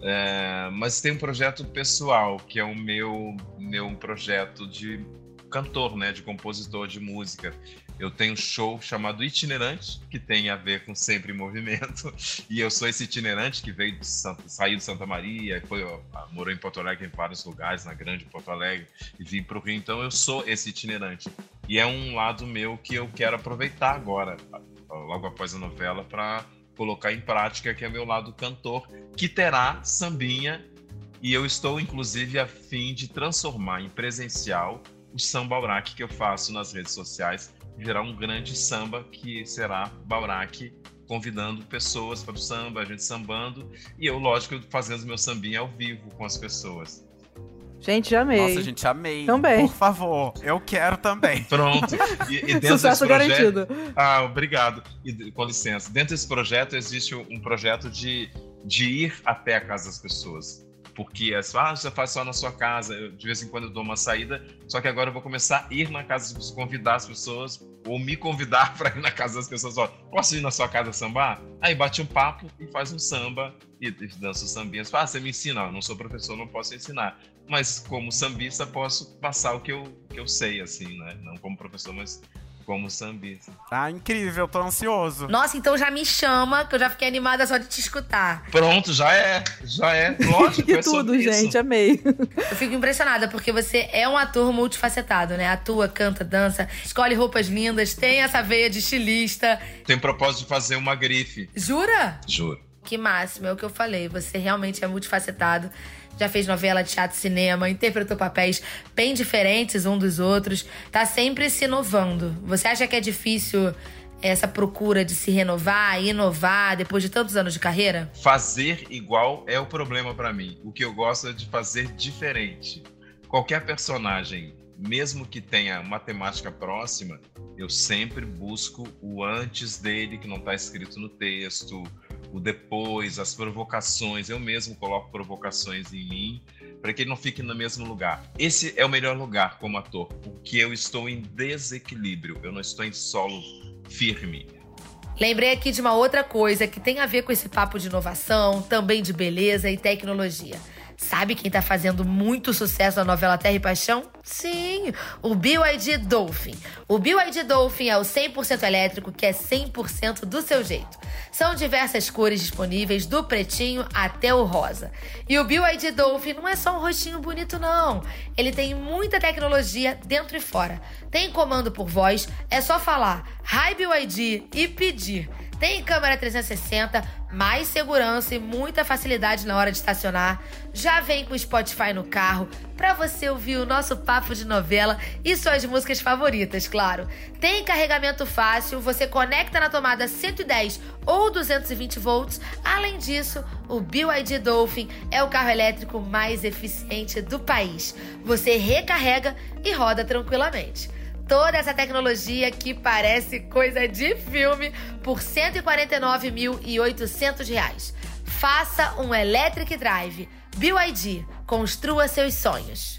é, mas tem um projeto pessoal, que é o meu, meu projeto de cantor, né, de compositor de música. Eu tenho um show chamado Itinerante, que tem a ver com Sempre em Movimento, e eu sou esse itinerante que veio de Santa, saiu de Santa Maria, foi, ó, morou em Porto Alegre, em vários lugares, na grande Porto Alegre, e vim para o Rio. Então eu sou esse itinerante. E é um lado meu que eu quero aproveitar agora, logo após a novela, para colocar em prática, que é meu lado cantor, que terá sambinha, e eu estou, inclusive, a fim de transformar em presencial o samba Bauraque que eu faço nas redes sociais, gerar um grande samba que será Bauraque, convidando pessoas para o samba, a gente sambando, e eu, lógico, fazendo meu sambinha ao vivo com as pessoas. Gente, já amei. Nossa, gente, amei. Também. Por favor, eu quero também. Pronto. E, e dentro Sucesso desse projeto... garantido. Ah, obrigado. E, com licença. Dentro desse projeto existe um projeto de, de ir até a casa das pessoas. Porque é só, ah, você faz só na sua casa, eu, de vez em quando eu dou uma saída, só que agora eu vou começar a ir na casa das pessoas, convidar as pessoas, ou me convidar para ir na casa das pessoas. Ó, posso ir na sua casa sambar? Aí bate um papo e faz um samba, e, e dança os sambinhas. Ah, você me ensina? Eu não sou professor, não posso ensinar. Mas como sambista posso passar o que eu, que eu sei, assim, né? Não como professor, mas como sambista. Ah, incrível, tô ansioso. Nossa, então já me chama, que eu já fiquei animada só de te escutar. Pronto, já é, já é, lógico. Que é tudo, gente, isso. amei. Eu fico impressionada, porque você é um ator multifacetado, né? Atua, canta, dança, escolhe roupas lindas, tem essa veia de estilista. Tem propósito de fazer uma grife. Jura? Juro. Que máximo, é o que eu falei. Você realmente é multifacetado. Já fez novela, teatro, cinema, interpretou papéis bem diferentes um dos outros. Tá sempre se inovando. Você acha que é difícil essa procura de se renovar, inovar, depois de tantos anos de carreira? Fazer igual é o problema pra mim. O que eu gosto é de fazer diferente. Qualquer personagem, mesmo que tenha uma temática próxima, eu sempre busco o antes dele, que não tá escrito no texto, o depois, as provocações. Eu mesmo coloco provocações em mim para que ele não fique no mesmo lugar. Esse é o melhor lugar como ator, porque eu estou em desequilíbrio, eu não estou em solo firme. Lembrei aqui de uma outra coisa que tem a ver com esse papo de inovação, também de beleza e tecnologia. Sabe quem tá fazendo muito sucesso na novela Terra e Paixão? Sim, o B Y D Dolphin. O B Y D Dolphin é o cem por cento elétrico que é cem por cento do seu jeito. São diversas cores disponíveis, do pretinho até o rosa. E o B Y D Dolphin não é só um rostinho bonito, não. Ele tem muita tecnologia dentro e fora. Tem comando por voz, é só falar Hi B Y D e pedir. Tem câmera trezentos e sessenta, mais segurança e muita facilidade na hora de estacionar. Já vem com Spotify no carro, pra você ouvir o nosso papo de novela e suas músicas favoritas, claro. Tem carregamento fácil, você conecta na tomada cento e dez ou duzentos e vinte volts. Além disso, o B Y D Dolphin é o carro elétrico mais eficiente do país. Você recarrega e roda tranquilamente. Toda essa tecnologia que parece coisa de filme por cento e quarenta e nove mil e oitocentos reais. Faça um Electric Drive. B Y D. Construa seus sonhos.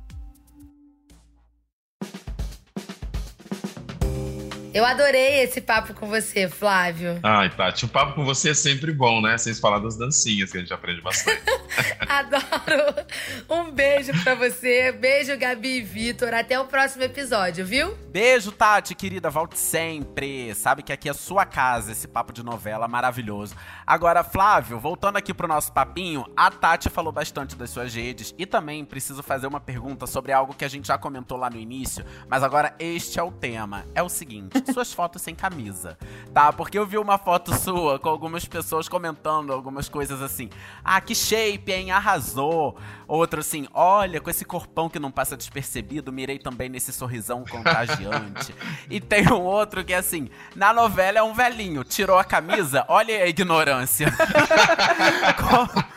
Eu adorei esse papo com você, Flávio. Ai, Tati, o papo com você é sempre bom, né? Sem falar das dancinhas, que a gente aprende bastante. Adoro. Um beijo pra você. Beijo, Gabi e Vitor. Até o próximo episódio, viu? Beijo, Tati, querida. Volte sempre. Sabe que aqui é sua casa, esse papo de novela maravilhoso. Agora, Flávio, voltando aqui pro nosso papinho, a Tati falou bastante das suas redes e também preciso fazer uma pergunta sobre algo que a gente já comentou lá no início, mas agora este é o tema. É o seguinte, suas fotos sem camisa, tá? Porque eu vi uma foto sua com algumas pessoas comentando algumas coisas assim. Ah, que shape, hein? Arrasou. Outro assim, olha, com esse corpão que não passa despercebido, mirei também nesse sorrisão contagiante. E tem um outro que é assim, na novela é um velhinho, tirou a camisa, olha a ignorância. Como...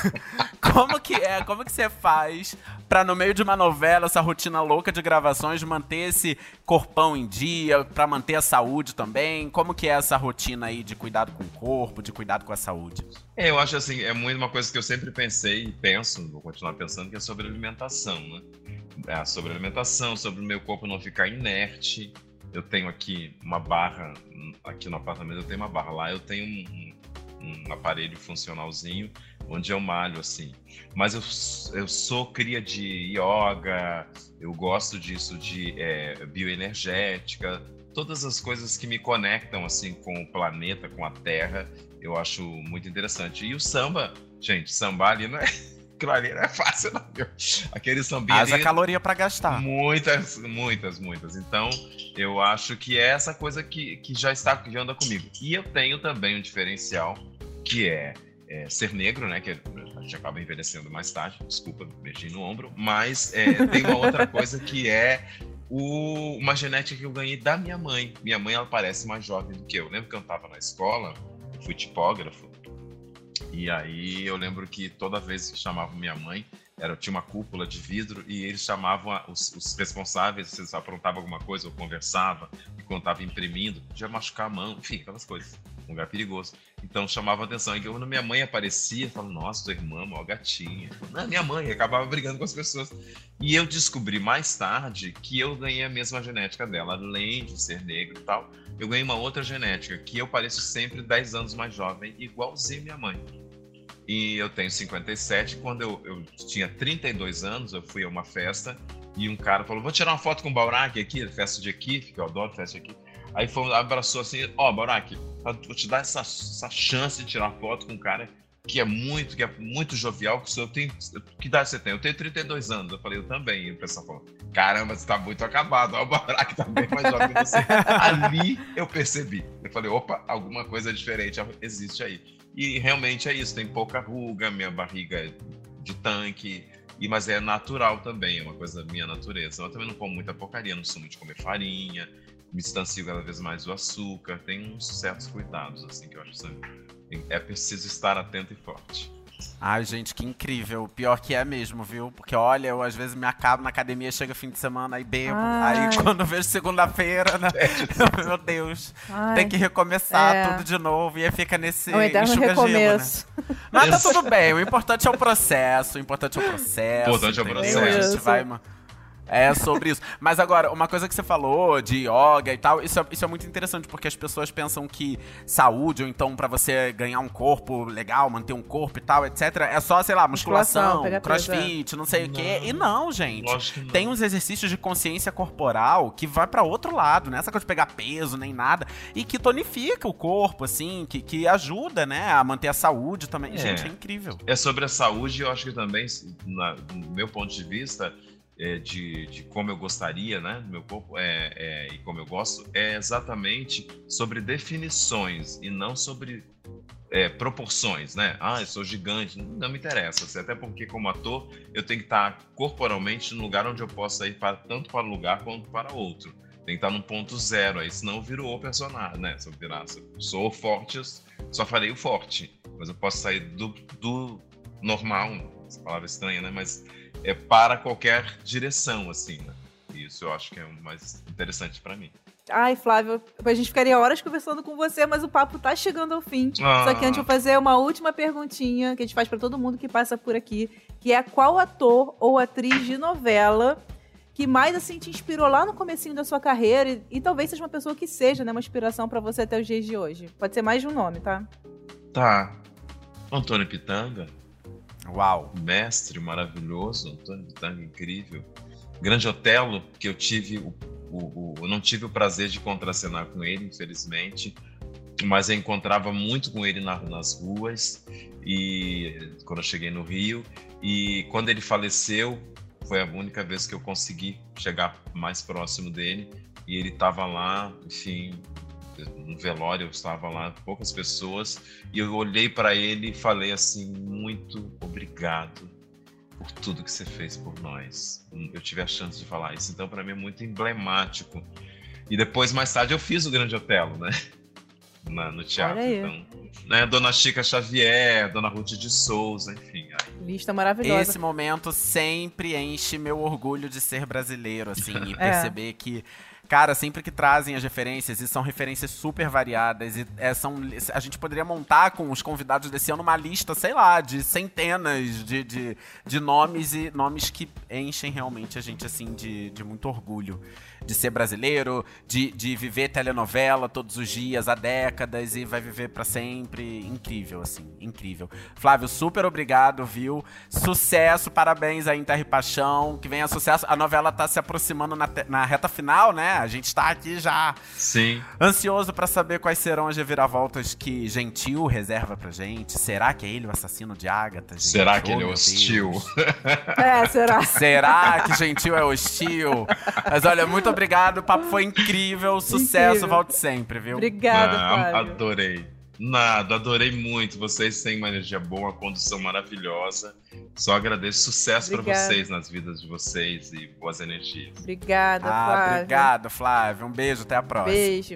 Como que é? Como que você faz pra, no meio de uma novela, essa rotina louca de gravações, manter esse corpão em dia, pra manter a saúde também? Como que é essa rotina aí de cuidado com o corpo, de cuidado com a saúde? É, eu acho assim, é muito uma coisa que eu sempre pensei e penso, vou continuar pensando, que é sobre alimentação, né? É, sobre alimentação, sobre o meu corpo não ficar inerte. Eu tenho aqui uma barra, aqui no apartamento eu tenho uma barra, lá eu tenho um, um, um aparelho funcionalzinho onde eu malho, assim. Mas eu, eu sou cria de yoga, eu gosto disso de é, bioenergética, todas as coisas que me conectam, assim, com o planeta, com a terra, eu acho muito interessante. E o samba, gente, samba ali não é... Aquilo ali não é fácil, não, viu? Aquele sambinha Haja ali... caloria pra gastar. Muitas, muitas, muitas. Então, eu acho que é essa coisa que, que já está, que já anda comigo. E eu tenho também um diferencial, que é, é ser negro, né? Que a gente acaba envelhecendo mais tarde. Desculpa, beijinho no ombro. Mas é, tem uma outra coisa que é o, uma genética que eu ganhei da minha mãe. Minha mãe, ela parece mais jovem do que eu. Lembro que eu estava na escola, eu fui tipógrafo. E aí eu lembro que toda vez que chamavam minha mãe, era, tinha uma cúpula de vidro e eles chamavam os, os responsáveis, se eles aprontavam alguma coisa, ou conversava, e quando estava imprimindo, podia machucar a mão, enfim, aquelas coisas, um lugar perigoso. Então chamava atenção. E quando minha mãe aparecia, eu falava, nossa, tua irmã, ó, gatinha. Não, minha mãe, e acabava brigando com as pessoas. E eu descobri mais tarde que eu ganhei a mesma genética dela, além de ser negro e tal, eu ganhei uma outra genética, que eu pareço sempre dez anos mais jovem, igualzinho minha mãe. E eu tenho cinquenta e sete, quando eu, eu tinha trinta e dois anos, eu fui a uma festa e um cara falou, vou tirar uma foto com o Baurac aqui, festa de equipe, que eu adoro festa de equipe. Aí foi, abraçou assim, ó, oh, Baurac, vou te dar essa, essa chance de tirar foto com um cara que é muito, que é muito jovial, que eu tenho, que idade você tem? Eu tenho trinta e dois anos. Eu falei, eu também. E o pessoal falou, caramba, você tá muito acabado, ó, o Baurac tá bem mais jovem que você. Ali eu percebi. Eu falei, opa, alguma coisa diferente existe aí. E realmente é isso, tem pouca ruga, minha barriga é de tanque, e, mas é natural também, é uma coisa da minha natureza. Eu também não como muita porcaria, não sou muito de comer farinha, me distancio cada vez mais do açúcar, tem uns certos cuidados, assim, que eu acho que é preciso estar atento e forte. Ai, gente, que incrível. Pior que é mesmo, viu? Porque, olha, eu às vezes me acabo na academia, chega fim de semana, aí bebo. Ai. Aí quando eu vejo segunda-feira, né? Meu Deus. Ai. Tem que recomeçar É. tudo de novo. E aí fica nesse É um eterno enxuga-gelo, né? recomeço. Mas tá tudo bem. O importante é o processo. O importante é o processo. O importante é o entendeu? processo. A gente vai... É sobre isso. Mas agora, uma coisa que você falou de yoga e tal, isso é, isso é muito interessante, porque as pessoas pensam que saúde, ou então pra você ganhar um corpo legal, manter um corpo e tal, etcétera, é só, sei lá, musculação, Musculação, pegar peso, crossfit, não sei o quê. E não, gente. Lógico que não. Tem uns exercícios de consciência corporal que vai pra outro lado, não é essa coisa de pegar peso nem nada, e que tonifica o corpo, assim, que, que ajuda, né, a manter a saúde também. É. Gente, é incrível. É sobre a saúde, eu acho que também, na, do meu ponto de vista, é, de, de como eu gostaria, né, do meu corpo, é, é, e como eu gosto, é exatamente sobre definições e não sobre é, proporções, né? Ah, eu sou gigante, não me interessa, até porque como ator eu tenho que estar corporalmente no lugar onde eu possa ir para, tanto para um lugar quanto para outro. Tem que estar num ponto zero, aí senão virou o personagem, né? Se eu virar, se eu sou forte, eu só farei o forte, mas eu posso sair do, do normal, essa palavra estranha, né? Mas é para qualquer direção, assim, né? Isso eu acho que é o mais interessante para mim. Ai, Flávio, a gente ficaria horas conversando com você, mas o papo tá chegando ao fim. Ah. Só que antes eu vou fazer uma última perguntinha que a gente faz pra todo mundo que passa por aqui, que é qual ator ou atriz de novela que mais, assim, te inspirou lá no comecinho da sua carreira e, e talvez seja uma pessoa que seja, né, uma inspiração pra você até os dias de hoje. Pode ser mais de um nome, tá? Tá. Antônio Pitanga. Uau. Mestre maravilhoso, Antônio Pitanga, incrível. Grande Otelo, que eu tive o, o, o, eu não tive o prazer de contracenar com ele, infelizmente, mas eu encontrava muito com ele na, nas ruas, e quando eu cheguei no Rio, e quando ele faleceu, foi a única vez que eu consegui chegar mais próximo dele, e ele estava lá, enfim, no velório, eu estava lá, poucas pessoas, e eu olhei para ele e falei assim, muito obrigado por tudo que você fez por nós. Eu tive a chance de falar isso, então para mim é muito emblemático. E depois, mais tarde, eu fiz o Grande Otelo, né? Na, no teatro, então, né? Dona Chica Xavier, Dona Ruth de Souza, enfim, Lista maravilhosa. Esse momento sempre enche meu orgulho de ser brasileiro, assim, e É. perceber que, cara, sempre que trazem as referências, e são referências super variadas, e é, são, a gente poderia montar com os convidados desse ano uma lista, sei lá, de centenas de, de, de nomes, e nomes que enchem realmente a gente, assim, de, de muito orgulho. De ser brasileiro, de, de viver telenovela todos os dias, há décadas, e vai viver pra sempre. Incrível, assim, incrível. Flávio, super obrigado, viu? Sucesso, parabéns aí em Terra e Paixão, que venha sucesso. A novela tá se aproximando na, te- na reta final, né? A gente tá aqui já Sim. ansioso pra saber quais serão as reviravoltas que Gentil reserva pra gente. Será que é ele o assassino de Agatha, gente? Será que Oh, ele é meu hostil? Deus. É, será? Será que Gentil é hostil? Mas olha, muito obrigado, o papo foi incrível, sucesso, Incrível. volte sempre, viu? Obrigada, Ah, Flávio. adorei. Nada, adorei muito. Vocês têm uma energia boa, uma condução maravilhosa. Só agradeço. Sucesso para Obrigada. vocês nas vidas de vocês e boas energias. Obrigada, Ah, Flávio. obrigado, Flávio. Um beijo, até a próxima. Beijo.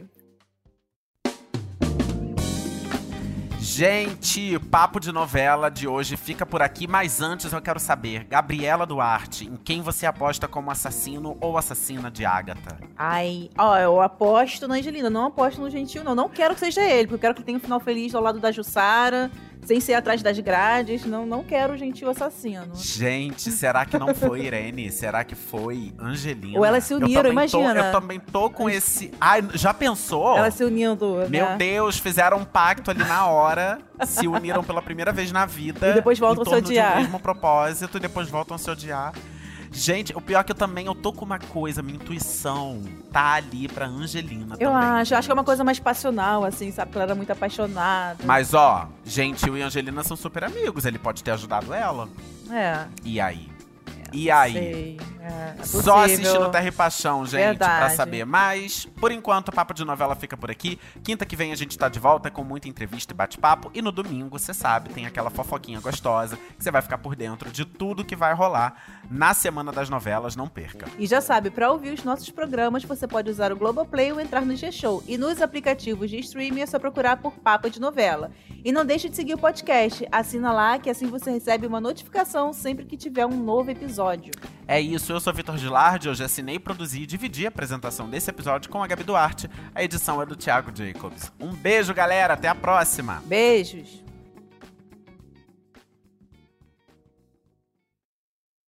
Gente, papo de novela de hoje fica por aqui, mas antes eu quero saber, Gabriela Duarte, em quem você aposta como assassino ou assassina de Agatha? Ai, ó, eu aposto na Angelina, não aposto no Gentil, não. Não quero que seja ele, porque eu quero que ele tenha um final feliz ao lado da Jussara, sem ser atrás das grades. Não, não quero o Gentil assassino. Gente, será que não foi Irene? Será que foi Angelina? Ou elas se Eu uniram, também tô- imagina. eu também tô com esse... Ai, já pensou? Ela se unindo, Meu né? Deus, fizeram um pacto ali na hora, se uniram pela primeira vez na vida. E depois voltam em a se torno de um odiar. mesmo propósito, e depois voltam a se odiar. Gente, o pior é que eu também, eu tô com uma coisa, minha intuição tá ali pra Angelina Eu também. acho, acho que é uma coisa mais passional, assim, sabe? Que ela era muito apaixonada. Mas ó, Gentil e Angelina são super amigos, ele pode ter ajudado ela. É. E aí? E aí? Sei. É, é Só possível. assistindo Terra e Paixão, gente, Verdade. pra saber. Mas, por enquanto, o Papo de Novela fica por aqui. Quinta que vem a gente tá de volta com muita entrevista e bate-papo. E no domingo, você sabe, tem aquela fofoquinha gostosa que você vai ficar por dentro de tudo que vai rolar na Semana das Novelas. Não perca. E já sabe, pra ouvir os nossos programas, você pode usar o Globoplay ou entrar no G-Show. E nos aplicativos de streaming é só procurar por Papo de Novela. E não deixe de seguir o podcast. Assina lá, que assim você recebe uma notificação sempre que tiver um novo episódio. É isso, eu sou Vitor Gilardi, hoje assinei, produzi e dividi a apresentação desse episódio com a Gabi Duarte. A edição é do Thiago Jacobs. Um beijo, galera, até a próxima! Beijos!